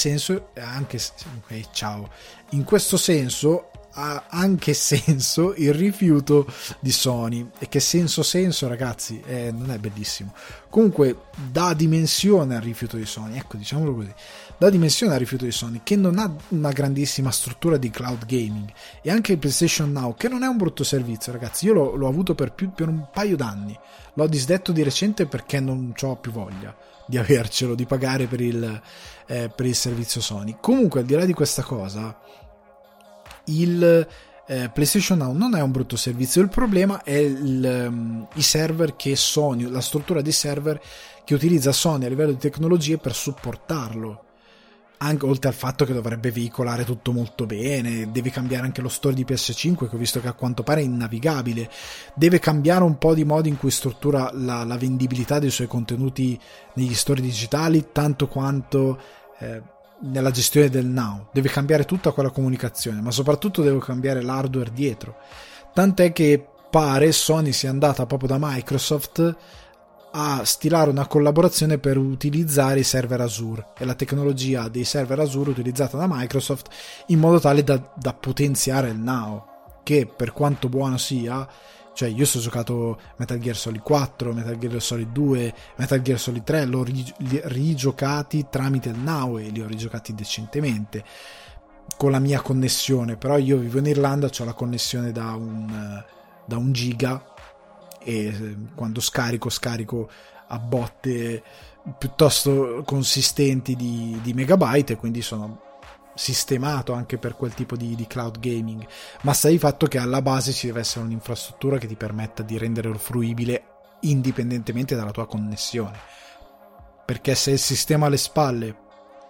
in questo senso ha anche senso il rifiuto di Sony. E che senso ragazzi, non è bellissimo. Comunque dà dimensione al rifiuto di Sony, ecco, diciamolo così, dà dimensione al rifiuto di Sony, che non ha una grandissima struttura di cloud gaming. E anche il PlayStation Now, che non è un brutto servizio, ragazzi, io l'ho avuto per un paio d'anni, l'ho disdetto di recente perché non ho più voglia di avercelo, di pagare per il servizio Sony. Comunque, al di là di questa cosa, il PlayStation Now non è un brutto servizio, il problema è i server che Sony, la struttura di server che utilizza Sony a livello di tecnologie per supportarlo. Anche oltre al fatto che dovrebbe veicolare tutto molto bene, deve cambiare anche lo store di PS5, che ho visto che a quanto pare è innavigabile, deve cambiare un po' di modo in cui struttura la vendibilità dei suoi contenuti negli store digitali, tanto quanto nella gestione del now, deve cambiare tutta quella comunicazione, ma soprattutto deve cambiare l'hardware dietro, tant'è che pare Sony sia andata proprio da Microsoft a stilare una collaborazione per utilizzare i server Azure e la tecnologia dei server Azure utilizzata da Microsoft, in modo tale da potenziare il now, che per quanto buono sia, cioè io ho giocato Metal Gear Solid 4, Metal Gear Solid 2, Metal Gear Solid 3, l'ho rigiocati tramite il now e li ho rigiocati decentemente con la mia connessione, però io vivo in Irlanda, ho la connessione da un giga, e quando scarico a botte piuttosto consistenti di megabyte, e quindi sono sistemato anche per quel tipo di cloud gaming. Ma sta di fatto che alla base ci deve essere un'infrastruttura che ti permetta di renderlo fruibile indipendentemente dalla tua connessione, perché se il sistema alle spalle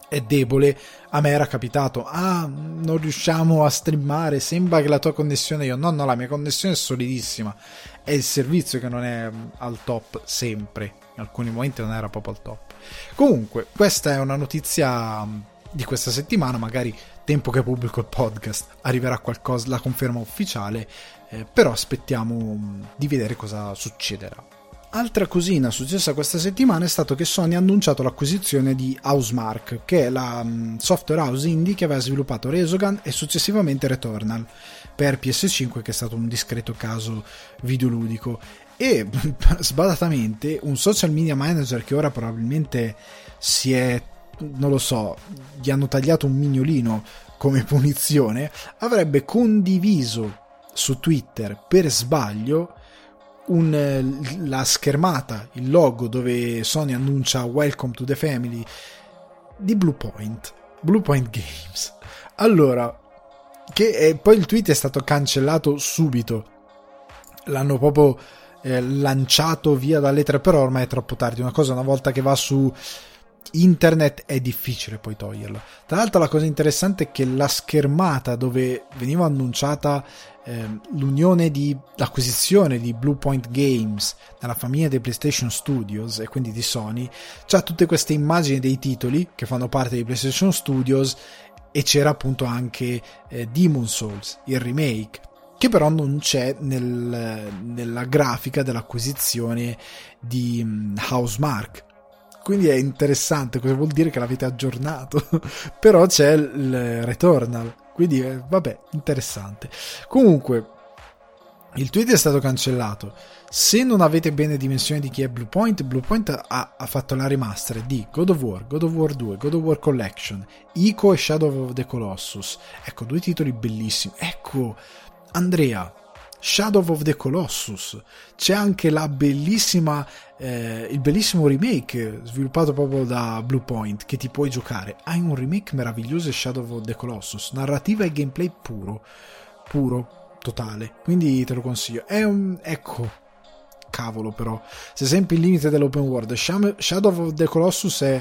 è debole. A me era capitato, non riusciamo a streamare, sembra che la tua connessione, no, la mia connessione è solidissima, è il servizio che non è al top sempre, in alcuni momenti non era proprio al top. Comunque questa è una notizia di questa settimana, magari tempo che pubblico il podcast arriverà qualcosa, la conferma ufficiale, però aspettiamo di vedere cosa succederà. Altra cosina successa questa settimana è stato che Sony ha annunciato l'acquisizione di Housemarque, che è la software house indie che aveva sviluppato Resogun e successivamente Returnal per PS5, che è stato un discreto caso videoludico. E sbadatamente un social media manager che ora probabilmente si è, non lo so, gli hanno tagliato un mignolino come punizione, avrebbe condiviso su Twitter per sbaglio la schermata, il logo dove Sony annuncia Welcome to the Family di Bluepoint Games. Allora, poi il tweet è stato cancellato subito, l'hanno proprio lanciato via dalle tre, però ormai è troppo tardi. Una volta che va su internet è difficile poi toglierla. Tra l'altro la cosa interessante è che la schermata dove veniva annunciata l'unione l'acquisizione di Bluepoint Games nella famiglia dei PlayStation Studios e quindi di Sony, c'ha tutte queste immagini dei titoli che fanno parte di PlayStation Studios, e c'era appunto anche Demon's Souls, il remake, che però non c'è nella grafica dell'acquisizione di Housemarque. Quindi è interessante, cosa vuol dire che l'avete aggiornato? Però c'è il Returnal, quindi vabbè, interessante. Comunque il tweet è stato cancellato. Se non avete bene dimensione di chi è Bluepoint ha fatto la remaster di God of War 2, God of War Collection, Ico e Shadow of the Colossus. Ecco, 2 titoli bellissimi. Ecco, Andrea, Shadow of the Colossus, c'è anche la bellissima il bellissimo remake sviluppato proprio da Bluepoint che ti puoi giocare. Hai un remake meraviglioso di Shadow of the Colossus, narrativa e gameplay puro totale, quindi te lo consiglio. Ecco, cavolo, però se sempre il limite dell'open world, Shadow of the Colossus è,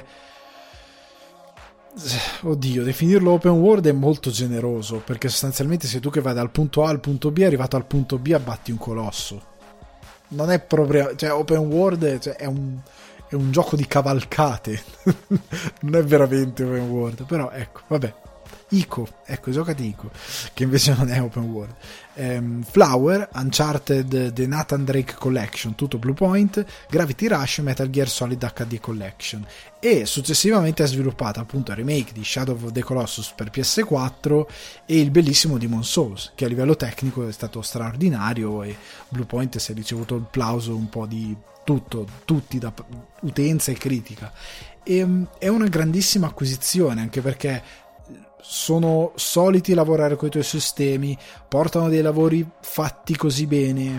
oddio, definirlo open world è molto generoso, perché sostanzialmente sei tu che vai dal punto A al punto B, arrivato al punto B abbatti un colosso. Non è proprio, cioè, open world, cioè, è un gioco di cavalcate. Non è veramente open world, però ecco, vabbè. Ico, ecco, giocati Ico, che invece non è open world. Flower, Uncharted The Nathan Drake Collection, tutto Bluepoint, Gravity Rush, Metal Gear Solid HD Collection, e successivamente ha sviluppato appunto il remake di Shadow of the Colossus per PS4 e il bellissimo Demon's Souls, che a livello tecnico è stato straordinario, e Bluepoint si è ricevuto il plauso un po' di tutti, da utenza e critica. È una grandissima acquisizione, anche perché sono soliti lavorare con i tuoi sistemi, portano dei lavori fatti così bene,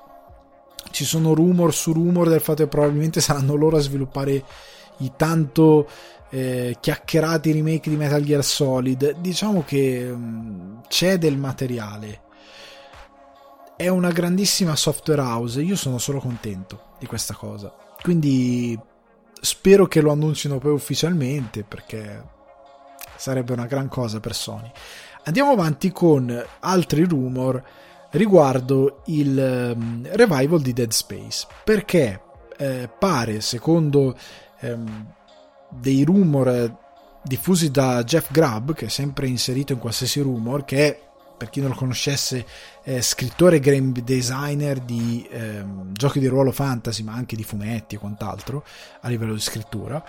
ci sono rumor su rumor del fatto che probabilmente saranno loro a sviluppare i tanto chiacchierati remake di Metal Gear Solid. Diciamo che c'è del materiale, è una grandissima software house, io sono solo contento di questa cosa, quindi spero che lo annuncino poi ufficialmente, perché sarebbe una gran cosa per Sony. Andiamo avanti con altri rumor riguardo il revival di Dead Space, perché pare, secondo dei rumor diffusi da Jeff Grubb, che è sempre inserito in qualsiasi rumor, che è, per chi non lo conoscesse, scrittore e game designer di giochi di ruolo fantasy, ma anche di fumetti e quant'altro a livello di scrittura,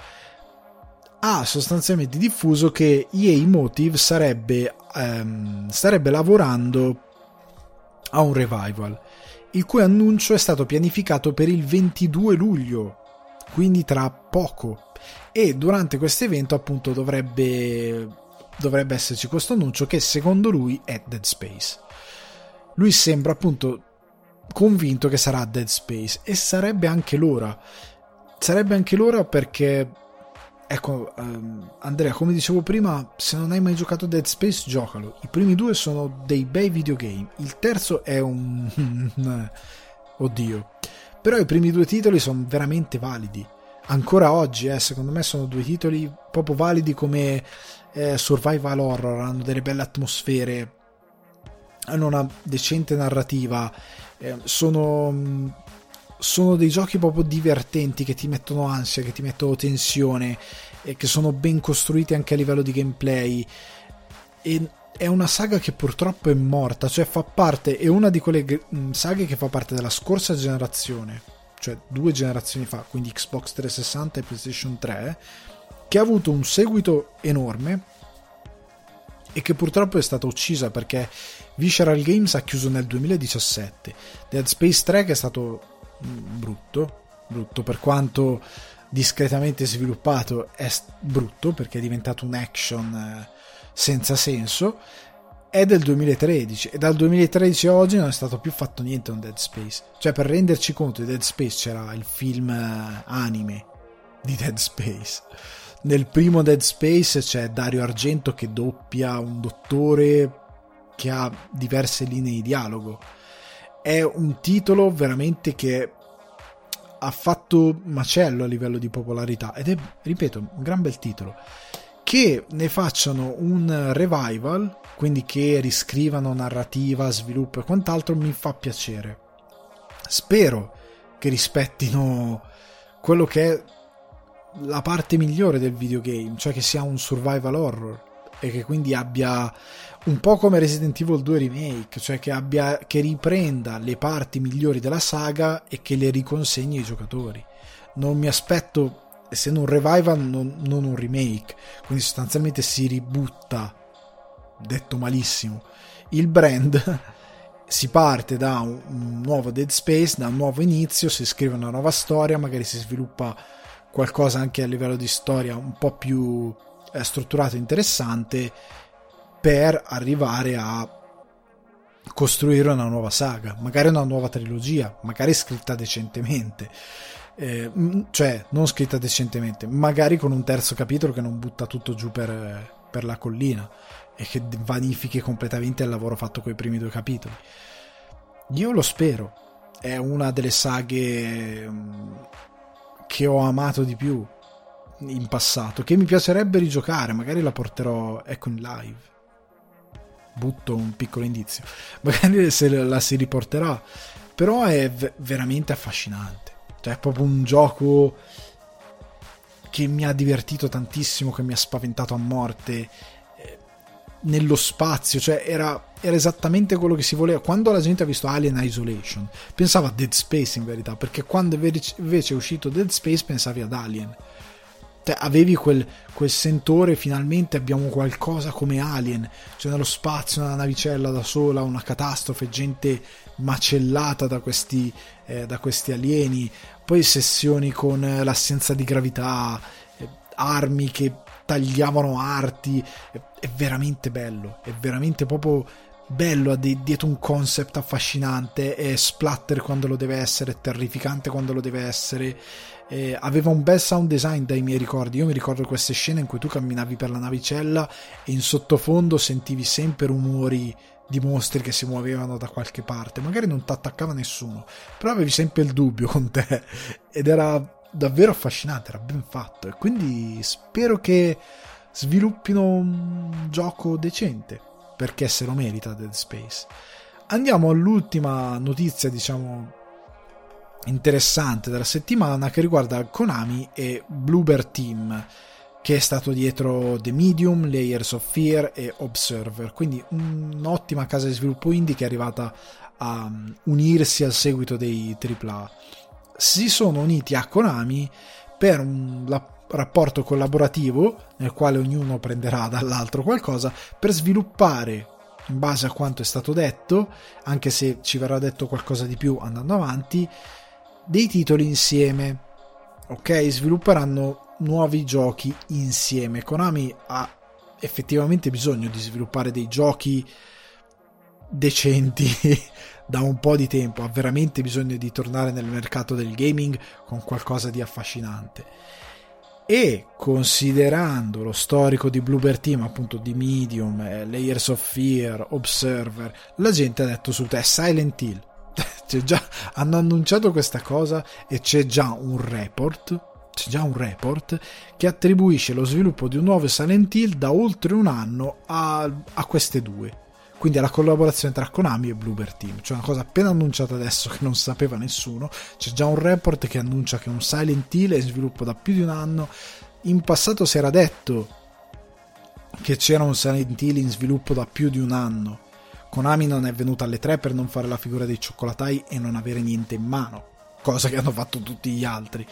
ha sostanzialmente diffuso che EA Motive starebbe lavorando a un revival, il cui annuncio è stato pianificato per il 22 luglio, quindi tra poco, e durante questo evento appunto dovrebbe esserci questo annuncio, che secondo lui è Dead Space. Lui sembra appunto convinto che sarà Dead Space, e sarebbe anche l'ora perché, ecco, Andrea, come dicevo prima, se non hai mai giocato Dead Space, giocalo. I primi 2 sono dei bei videogame, il terzo è oddio, però i primi 2 titoli sono veramente validi, ancora oggi, secondo me sono due titoli proprio validi come survival horror, hanno delle belle atmosfere, hanno una decente narrativa, sono dei giochi proprio divertenti, che ti mettono ansia, che ti mettono tensione, e che sono ben costruiti anche a livello di gameplay. E è una saga che purtroppo è morta, cioè è una di quelle saghe che fa parte della scorsa generazione, cioè 2 generazioni fa, quindi Xbox 360 e PlayStation 3, che ha avuto un seguito enorme e che purtroppo è stata uccisa perché Visceral Games ha chiuso nel 2017. Dead Space 3, che è stato brutto per quanto discretamente sviluppato, è brutto perché è diventato un action senza senso, è del 2013, e dal 2013 a oggi non è stato più fatto niente con Dead Space. Cioè, per renderci conto, di Dead Space c'era il film anime di Dead Space. Nel primo Dead Space c'è Dario Argento che doppia un dottore che ha diverse linee di dialogo. È un titolo veramente che ha fatto macello a livello di popolarità, ed è, ripeto, un gran bel titolo. Che ne facciano un revival, quindi che riscrivano narrativa, sviluppo e quant'altro, mi fa piacere. Spero che rispettino quello che è la parte migliore del videogame, cioè che sia un survival horror, e che quindi abbia un po' come Resident Evil 2 Remake, cioè che riprenda le parti migliori della saga e che le riconsegni ai giocatori. Non mi aspetto, essendo un revival, non un remake, quindi sostanzialmente si ributta, detto malissimo, il brand. Si parte da un nuovo Dead Space, da un nuovo inizio, si scrive una nuova storia, magari si sviluppa qualcosa anche a livello di storia un po' più strutturato e interessante, per arrivare a costruire una nuova saga, magari una nuova trilogia, magari scritta decentemente, cioè non scritta decentemente, magari con un terzo capitolo che non butta tutto giù per la collina e che vanifichi completamente il lavoro fatto con i primi 2 capitoli. Io lo spero, è una delle saghe che ho amato di più in passato, che mi piacerebbe rigiocare, magari la porterò in live, butto un piccolo indizio, magari se la si riporterà, però è veramente affascinante, cioè è proprio un gioco che mi ha divertito tantissimo, che mi ha spaventato a morte, nello spazio, cioè era esattamente quello che si voleva. Quando la gente ha visto Alien Isolation pensava a Dead Space in verità, perché quando invece è uscito Dead Space pensavi ad Alien, cioè avevi quel sentore, finalmente abbiamo qualcosa come Alien, cioè nello spazio, una navicella da sola, una catastrofe, gente macellata da questi alieni, poi sessioni con l'assenza di gravità, armi che tagliavano arti, è veramente bello, è veramente proprio bello, ha dietro un concept affascinante, è splatter quando lo deve essere, è terrificante quando lo deve essere, aveva un bel sound design dai miei ricordi. Io mi ricordo queste scene in cui tu camminavi per la navicella e in sottofondo sentivi sempre rumori di mostri che si muovevano da qualche parte, magari non ti attaccava nessuno, però avevi sempre il dubbio con te, ed era davvero affascinante, era ben fatto, e quindi spero che sviluppino un gioco decente, perché se lo merita Dead Space. Andiamo all'ultima notizia, diciamo, interessante della settimana, che riguarda Konami e Bloober Team, che è stato dietro The Medium, Layers of Fear e Observer, quindi un'ottima casa di sviluppo indie che è arrivata a unirsi al seguito dei AAA. Si sono uniti a Konami per un rapporto collaborativo nel quale ognuno prenderà dall'altro qualcosa, per sviluppare, in base a quanto è stato detto, anche se ci verrà detto qualcosa di più andando avanti, dei titoli insieme. Ok, svilupperanno nuovi giochi insieme. Konami ha effettivamente bisogno di sviluppare dei giochi decenti da un po' di tempo, ha veramente bisogno di tornare nel mercato del gaming con qualcosa di affascinante, e considerando lo storico di Bloober Team, appunto di Medium, Layers of Fear, Observer, la gente ha detto su te Silent Hill. Hanno annunciato questa cosa e c'è già un report c'è già un report che attribuisce lo sviluppo di un nuovo Silent Hill da oltre un anno a queste due, quindi alla collaborazione tra Konami e Bloober Team, cioè una cosa appena annunciata adesso che non sapeva nessuno. C'è già un report che annuncia che un Silent Hill è in sviluppo da più di un anno. In passato si era detto che c'era un Silent Hill in sviluppo da più di un anno. Konami non è venuta alle 3 per non fare la figura dei cioccolatai e non avere niente in mano, cosa che hanno fatto tutti gli altri.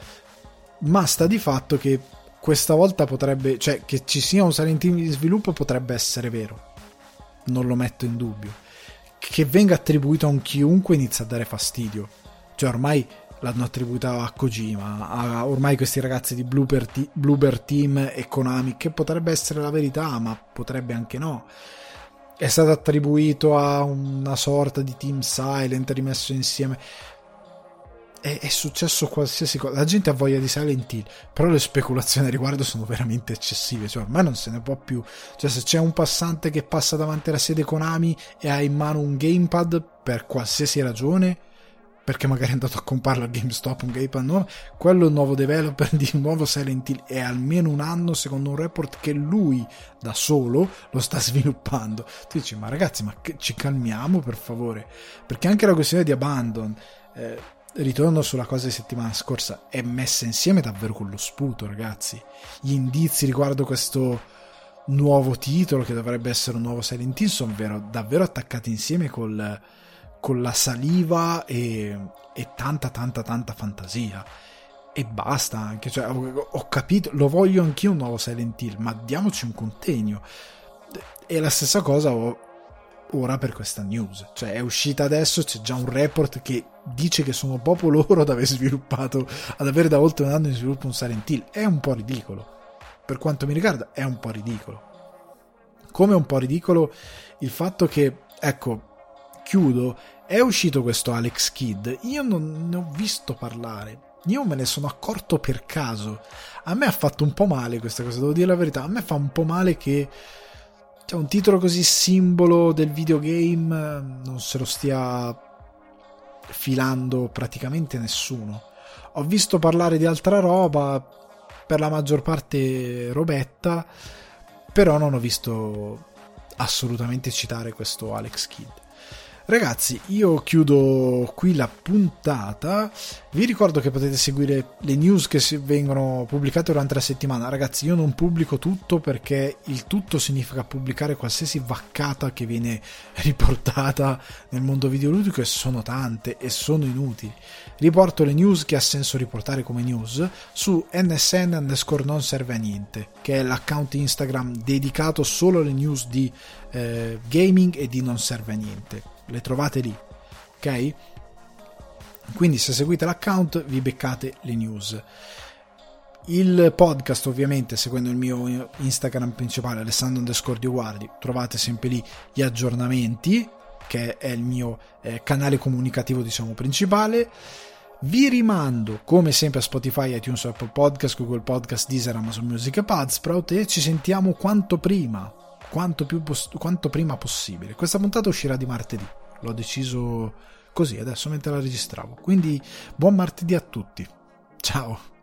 Ma sta di fatto che questa volta potrebbe, cioè che ci sia un Silent Hill in sviluppo potrebbe essere vero, non lo metto in dubbio. Che venga attribuito a un chiunque inizia a dare fastidio, cioè ormai l'hanno attribuito a Kojima, ormai questi ragazzi di Bloober Team e Konami, che potrebbe essere la verità ma potrebbe anche no. È stato attribuito a una sorta di Team Silent rimesso insieme. È successo qualsiasi cosa, la gente ha voglia di Silent Hill, però le speculazioni a riguardo sono veramente eccessive, cioè ormai non se ne può più. Cioè se c'è un passante che passa davanti alla sede Konami e ha in mano un gamepad per qualsiasi ragione, perché magari è andato a comprarlo a GameStop un gamepad nuovo, quello è il nuovo developer di un nuovo Silent Hill, è almeno un anno secondo un report che lui da solo lo sta sviluppando. Tu dici ma ragazzi, ma ci calmiamo per favore, perché anche la questione di Abandon, ritorno sulla cosa di settimana scorsa, è messa insieme davvero con lo sputo, ragazzi. Gli indizi riguardo questo nuovo titolo che dovrebbe essere un nuovo Silent Hill sono davvero attaccati insieme con la saliva e tanta fantasia, e basta anche, cioè, ho capito, lo voglio anch'io un nuovo Silent Hill, ma diamoci un contegno. E la stessa cosa ora per questa news, cioè è uscita adesso, c'è già un report che dice che sono proprio loro ad aver sviluppato, ad avere da oltre un anno in sviluppo un Silent Hill. È un po' ridicolo, per quanto mi riguarda è un po' ridicolo, come è un po' ridicolo il fatto che, ecco, chiudo, è uscito questo Alex Kidd, io non ne ho visto parlare, io me ne sono accorto per caso. A me ha fatto un po' male questa cosa, devo dire la verità, a me fa un po' male che c'è un titolo così simbolo del videogame non se lo stia filando praticamente nessuno. Ho visto parlare di altra roba, per la maggior parte robetta, però non ho visto assolutamente citare questo Alex Kidd. Ragazzi, io chiudo qui la puntata. Vi ricordo che potete seguire le news che vengono pubblicate durante la settimana. Ragazzi, io non pubblico tutto perché il tutto significa pubblicare qualsiasi vaccata che viene riportata nel mondo videoludico, e sono tante e sono inutili. Riporto le news che ha senso riportare come news su nsn_ non serve a niente, che è l'account Instagram dedicato solo alle news di gaming e di non serve a niente. Le trovate lì, ok? Quindi se seguite l'account vi beccate le news. Il podcast, ovviamente, seguendo il mio Instagram principale Alessandro_Dioguardi, trovate sempre lì gli aggiornamenti, che è il mio canale comunicativo, diciamo, principale. Vi rimando come sempre a Spotify, iTunes, Apple Podcast, Google Podcast, Deezer, Amazon Music e Buzzsprout, e ci sentiamo quanto prima possibile. Questa puntata uscirà di martedì, l'ho deciso così adesso mentre la registravo, quindi buon martedì a tutti, ciao.